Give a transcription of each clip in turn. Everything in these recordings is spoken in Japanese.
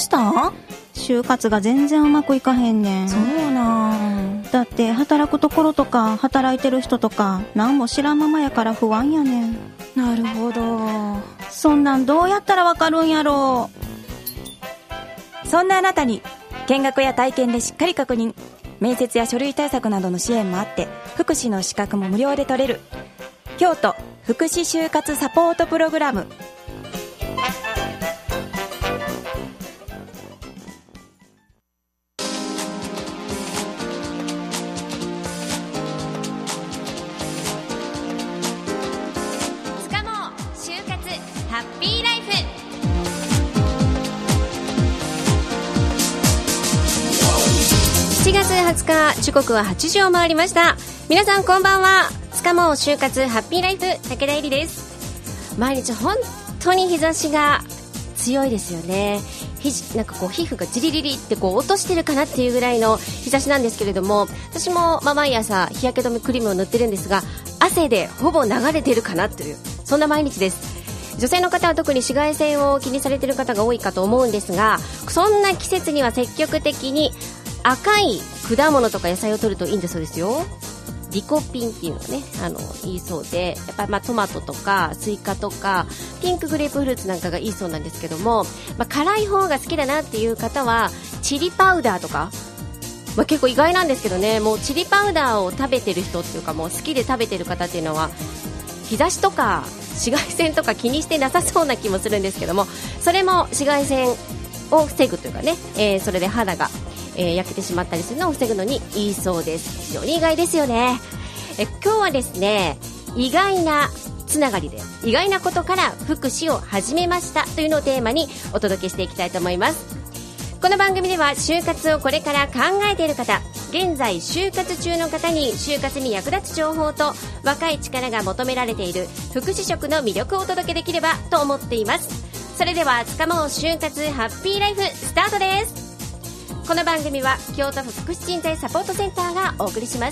したん？就活が全然うまくいかへんねん。 そうなん。 だって働くところとか働いてる人とか何も知らんままやから不安やねん。 なるほど。 そんなんどうやったらわかるんやろう。そんなあなたに見学や体験でしっかり確認、面接や書類対策などの支援もあって福祉の資格も無料で取れる京都福祉就活サポートプログラム。7月20日、時刻は8時を回りました。皆さんこんばんは。つかも就活ハッピーライフ、武田絵里です。毎日本当に日差しが強いですよね。なんかこう皮膚がジリリリってこう落としてるかなっていうぐらいの日差しなんですけれども、私も毎朝日焼け止めクリームを塗ってるんですが、汗でほぼ流れてるかなという、そんな毎日です。女性の方は特に紫外線を気にされている方が多いかと思うんですが、そんな季節には積極的に赤い果物とか野菜を摂るといいんだそうですよ。リコピンっていうのね、いいそうで、やっぱトマトとかスイカとかピンクグレープフルーツなんかがいいそうなんですけども、辛い方が好きだなっていう方はチリパウダーとか、結構意外なんですけどね、もうチリパウダーを食べてる人っていうか、もう好きで食べてる方っていうのは日差しとか紫外線とか気にしてなさそうな気もするんですけども、それも紫外線を防ぐというかね、それで肌が焼けてしまったりするのを防ぐのにいいそうです。非常に意外ですよね。今日はですね、意外なつながりで意外なことから福祉を始めましたというのをテーマにお届けしていきたいと思います。この番組では就活をこれから考えている方、現在就活中の方に就活に役立つ情報と若い力が求められている福祉職の魅力をお届けできればと思っています。それではつかもう就活ハッピーライフスタートです。この番組は京都府福祉人材サポートセンターがお送りします。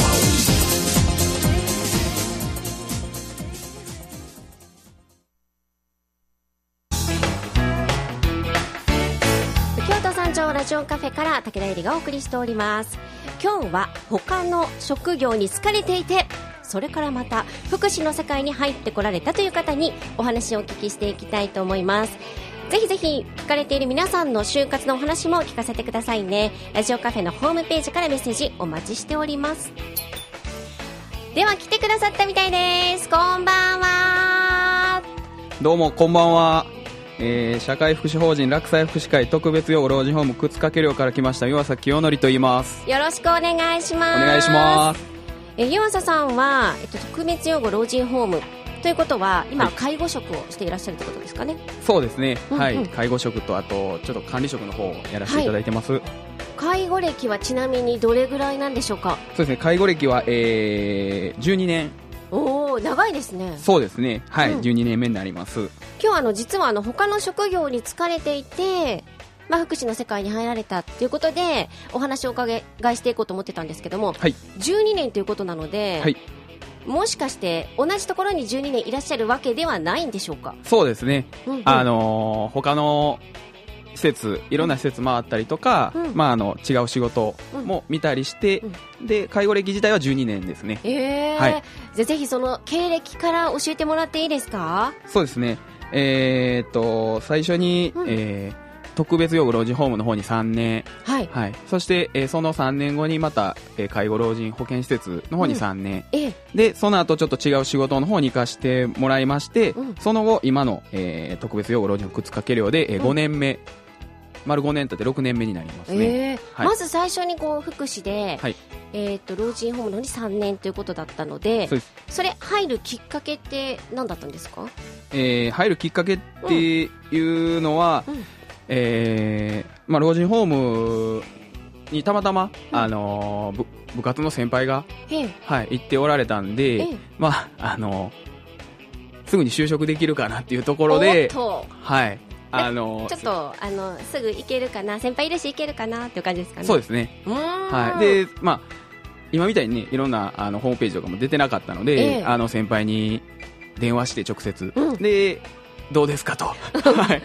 京都三条ラジオカフェから武田絵里がお送りしております。今日は他の職業に好かれていて、それからまた福祉の世界に入ってこられたという方にお話をお聞きしていきたいと思います。ぜひぜひ聞かれている皆さんの就活のお話も聞かせてくださいね。ラジオカフェのホームページからメッセージお待ちしております。では来てくださったみたいです。こんばんは。 どうもこんばんは。社会福祉法人洛西福祉会特別養護老人ホーム靴掛寮から来ました岩佐清則と言います。 よろしくお願いします。 お願いします。 岩佐さんは、特別養護老人ホームということは今は介護職をしていらっしゃるということですかね。 そうですね、はい、介護職とあとちょっと管理職の方をやらせていただいてます。 介護歴はちなみにどれぐらいなんでしょうか。 そうですね、介護歴は、12年。 おー、長いですね。 そうですね、はい、12年目になります。 今日実は他の職業に就かれていて、福祉の世界に入られたということでお話をお伺いしていこうと思ってたんですけども、 はい、 12年ということなので、 はい、 もしかして同じところに12年いらっしゃるわけではないんでしょうか。 そうですね、他の施設、いろんな施設回ったりとか、違う仕事も見たりして、で介護歴自体は12年ですね。 はい、じゃあぜひその経歴から教えてもらっていいですか。 そうですね、最初に、特別養護老人ホームの方に3年、はいはい、そして、その3年後にまた、介護老人保健施設の方に3年、でその後ちょっと違う仕事の方に行かせてもらいまして、その後今の、特別養護老人靴掛寮で、5年目、丸5年経って6年目になりますね。 まず最初に福祉で、はい、老人ホームの方に3年ということだったので、それ入るきっかけって何だったんですか。 入るきっかけっていうのは、老人ホームにたまたま、部活の先輩が、はい、行っておられたんで、すぐに就職できるかなっていうところで、はい、ちょっとすぐ行けるかな、先輩いるし行けるかなっていう感じですかね。そうですね、はい、で今みたいにね、いろんなホームページとかも出てなかったので、先輩に電話して直接、でどうですかとはい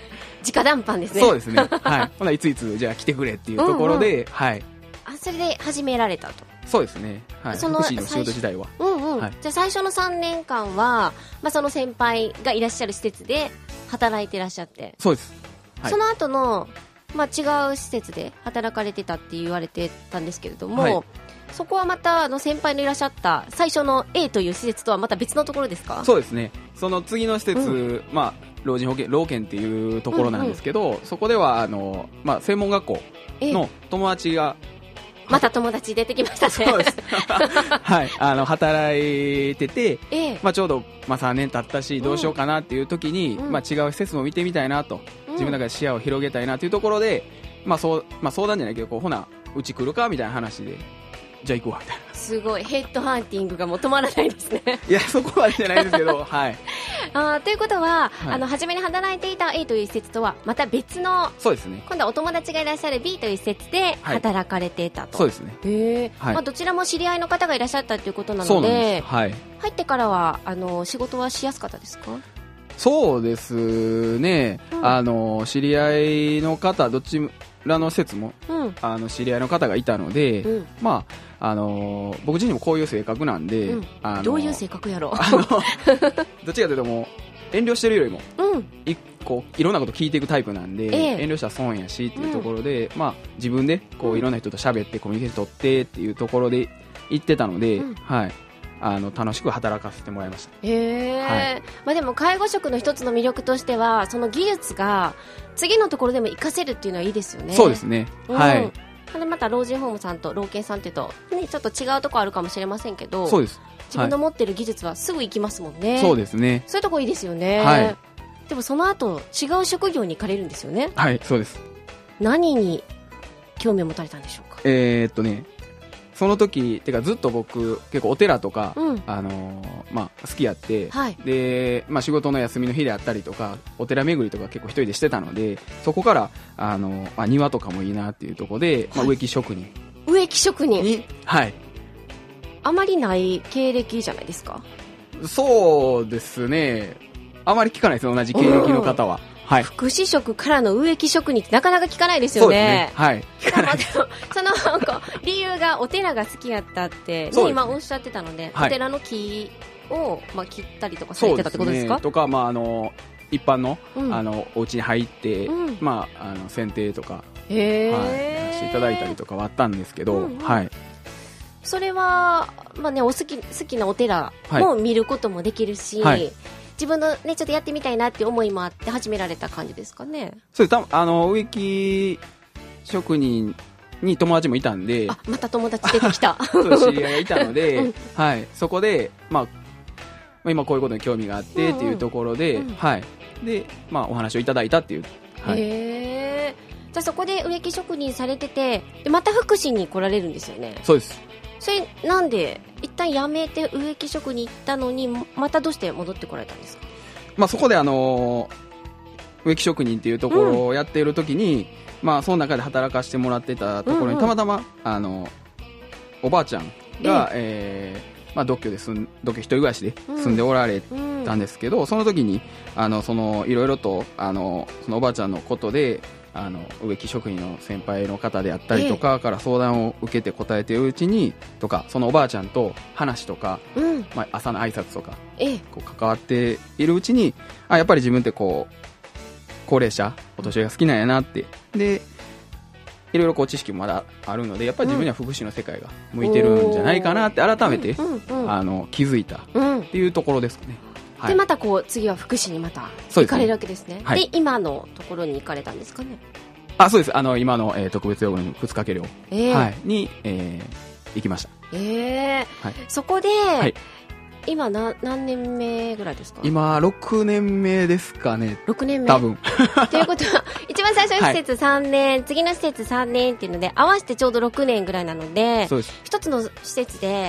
直談判ですね。 そうですね。はい。ほないついつじゃあ来てくれっていうところで、はい。 それで始められたと。 そうですね。はい。福祉の仕事自体は。 はい、じゃあ最初の3年間は、その先輩がいらっしゃる施設で働いていらっしゃって。 そうです。 はい、その後の、違う施設で働かれてたって言われてたんですけれども、はい、そこはまた先輩のいらっしゃった最初の A という施設とはまた別のところですか？ そうですね。その次の施設、老人保健、老健っていうところなんですけど、そこでは専門学校の友達が、 また友達出てきましたね。 そうです。はい。働いてて、ちょうど、3年経ったし、どうしようかなっていう時に、違う施設も見てみたいなと、自分の中で視野を広げたいなというところで、相談じゃないけど、ほな、うち来るかみたいな話で、じゃあ行こうわみたいな。 すごいヘッドハンティングがもう止まらないですね。 いや、そこまでじゃないですけど、はい。 ということは、初めに働いていた A という施設とはまた別の、 そうですね。 今度はお友達がいらっしゃる B という施設で働かれていたと。 そうですね。 へえ。どちらも知り合いの方がいらっしゃったということなので、 はい。 入ってからは仕事はしやすかったですか？ そうですね。知り合いの方、どちらの施設も、知り合いの方がいたので、僕自身もこういう性格なんで、 どういう性格やろう。 どっちかというともう遠慮してるよりも、いろんなこと聞いていくタイプなんで、遠慮したら損やしっていうところで、自分でいろんな人と喋ってコミュニケーション取ってっていうところで行ってたので、はい。楽しく働かせてもらいました。 へー。でも介護職の一つの魅力としては、その技術が次のところでも活かせるっていうのはいいですよね。 そうですね。はい。 でまた老人ホームさんと老犬さんっていうと、ちょっと違うところあるかもしれませんけど、 そうです。 自分の持ってる技術はすぐ行きますもんね。 そうですね。 そういうところいいですよね。 はい。 でもその後違う職業に行かれるんですよね。 はい、そうです。 何に興味を持たれたんでしょうか？ その時てかずっと僕結構お寺とか、好きやって、で、仕事の休みの日であったりとかお寺巡りとか結構一人でしてたので、そこから庭とかもいいなっていうところで、植木職人に、 はい、 あまりない経歴じゃないですか？ そうですね。あまり聞かないですよ、同じ経歴の方は。はい、 福祉職からの植木職人ってなかなか聞かないですよね。 そうですね。はい。 その理由がお寺が好きやったって、今おっしゃってたので、お寺の木を切ったりとかされてたってことですか？ とか、一般のお家に入って剪定とかしていただいたりとかはあったんですけど、はい。 それはお好きなお寺も見ることもできるし。自分のちょっとやってみたいなっていう思いもあって始められた感じですかね？ そうです。植木職人に友達もいたんで、 また友達出てきた。 知り合いがいたので、はい、そこで今こういうことに興味があってっていうところで、はい、でお話をいただいたっていう。はい、 じゃあそこで植木職人されてて、でまた福祉に来られるんですよね？ そうです。 それなんで一旦辞めて植木職に行ったのにまたどうして戻ってこられたんですか？ そこで植木職人っていうところをやっている時に、その中で働かせてもらってたところにたまたまおばあちゃんが、独居一人暮らしで住んでおられたんですけど、その時にいろいろとそのおばあちゃんのことで植木職人の先輩の方であったりとかから相談を受けて答えているうちにとか、そのおばあちゃんと話とか、朝の挨拶とか関わっているうちに、やっぱり自分って高齢者お年寄りが好きなんやなって、でいろいろ知識もまだあるので、やっぱり自分には福祉の世界が向いてるんじゃないかなって改めて気づいたっていうところですかね。 でまた次は福祉にまた行かれるわけですね。で今のところに行かれたんですかね？ そうです。今の、特別養護の靴掛け寮、に、行きました。 そこで、今何年目ぐらいですか？ 今6年目ですかね。 6年目多分。 ということは一番最初の施設3年、次の施設3年っていうので合わせてちょうど6年ぐらいなので、一つの施設で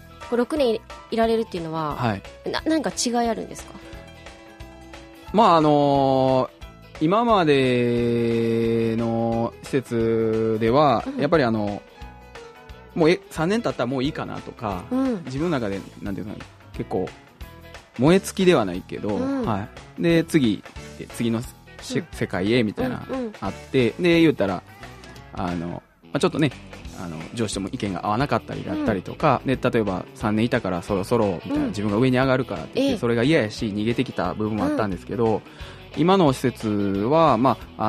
6年いられるっていうのは、何か違いあるんですか？ 今までの施設では、やっぱりもう3年経ったらもういいかなとか、自分の中でなんていうの結構燃え尽きではないけど、で次の世界へみたいなあって、で言ったらちょっとね上司とも意見が合わなかったりだったりとか、で例えば3年いたからそろそろみたいな、自分が上に上がるからって言って、それが嫌やし逃げてきた部分もあったんですけど、今の施設は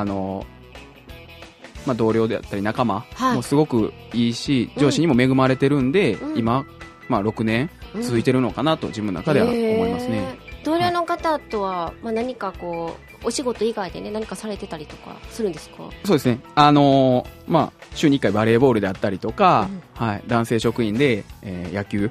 同僚であったり仲間もすごくいいし、上司にも恵まれてるんで、今、6年続いてるのかなと自分の中では思いますね。 同僚の方とは、何かお仕事以外でね何かされてたりとかするんですか？ そうですね、週に1回バレーボールであったりとか、男性職員で、野球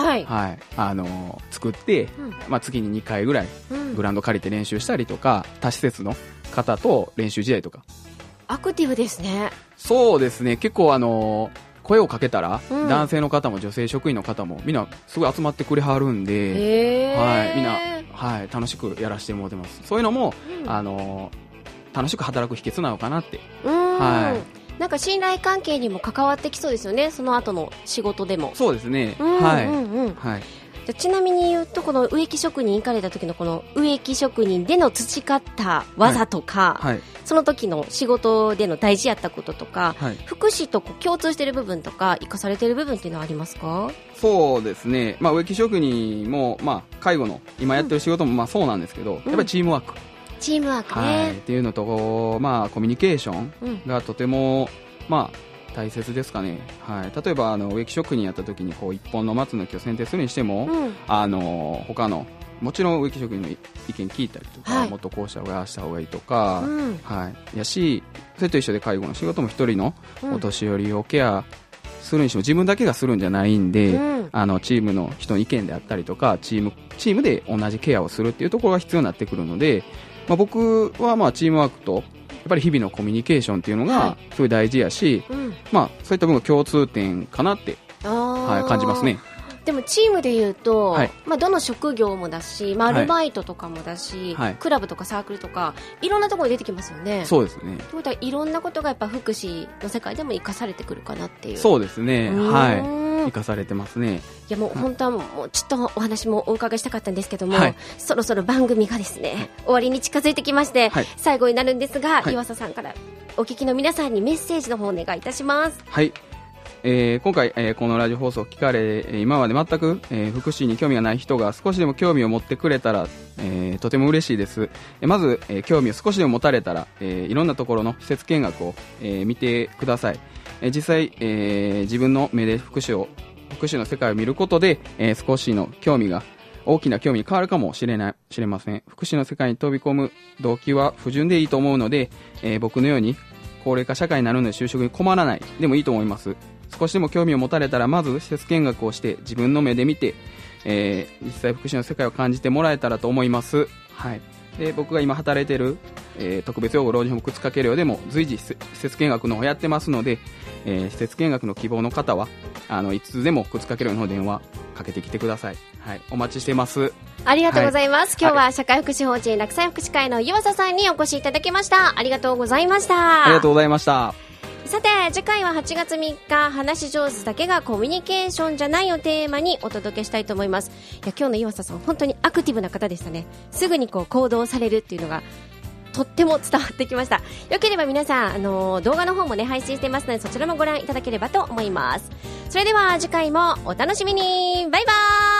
作って、月に2回ぐらいグラウンド借りて練習したりとか、他施設の方と練習試合とか。 アクティブですね。 そうですね、結構声をかけたら、男性の方も女性職員の方もみんなすごい集まってくれはるんで、みんな、楽しくやらせてもらってます。そういうのも、楽しく働く秘訣なのかなって。 なんか信頼関係にも関わってきそうですよね、その後の仕事でも。 そうですね。 ちなみに言うと、この植木職人行かれた時のこの植木職人での培った技とか、その時の仕事での大事やったこととか、福祉と共通している部分とか生かされている部分っていうのはありますか？ そうですね、植木職人も、介護の今やってる仕事もそうなんですけど、やっぱりチームワーク、ね、っていうのと、コミュニケーションがとても、大切ですかね。例えば植木職人やった時に一本の松の木を剪定するにしても、他のもちろん植木職人の意見聞いたりとか、もっとこうした方がした方がいいとか、やし、それと一緒で介護の仕事も一人のお年寄りをケアするにしても自分だけがするんじゃないんで、チームの人の意見であったりとか、チームで同じケアをするっていうところが必要になってくるので、僕はチームワークとやっぱり日々のコミュニケーションっていうのがすごい大事やし、そういった部分が共通点かなって感じますね。 でもチームでいうと、どの職業もだし、アルバイトとかもだし、クラブとかサークルとかいろんなところに出てきますよね。 そうですね。 ということはいろんなことがやっぱ福祉の世界でも生かされてくるかなっていう。 そうですね、生かされてますね。 いやもう本当はもうちょっとお話もお伺いしたかったんですけども、そろそろ番組がですね、終わりに近づいてきまして、最後になるんですが、岩佐さんからお聞きの皆さんにメッセージの方をお願いいたします。 今回、このラジオ放送を聞かれ、今まで全く、福祉に興味がない人が少しでも興味を持ってくれたら、とても嬉しいです。まず、興味を少しでも持たれたら、いろんなところの施設見学を、見てください。実際、自分の目で福祉の世界を見ることで、少しの興味が大きな興味に変わるかもしれません。福祉の世界に飛び込む動機は不純でいいと思うので、僕のように高齢化社会になるので就職に困らないでもいいと思います。少しでも興味を持たれたら、まず施設見学をして自分の目で見て、実際福祉の世界を感じてもらえたらと思います。で、僕が今働いている、特別養護老人ホーム靴掛寮でも随時施設見学の方やってますので、施設見学の希望の方はいつでも靴掛寮の方電話かけてきてください。お待ちしてます。 ありがとうございます。今日は社会福祉法人洛西福祉会の岩佐さんにお越しいただきました。ありがとうございました。 ありがとうございました。 さて次回は8月3日、話し上手だけがコミュニケーションじゃないをテーマにお届けしたいと思います。いや、今日の岩佐さん本当にアクティブな方でしたね。すぐに行動されるっていうのがとっても伝わってきました。よければ皆さん、動画の方もね配信していますので、そちらもご覧いただければと思います。それでは次回もお楽しみに。バイバーイ。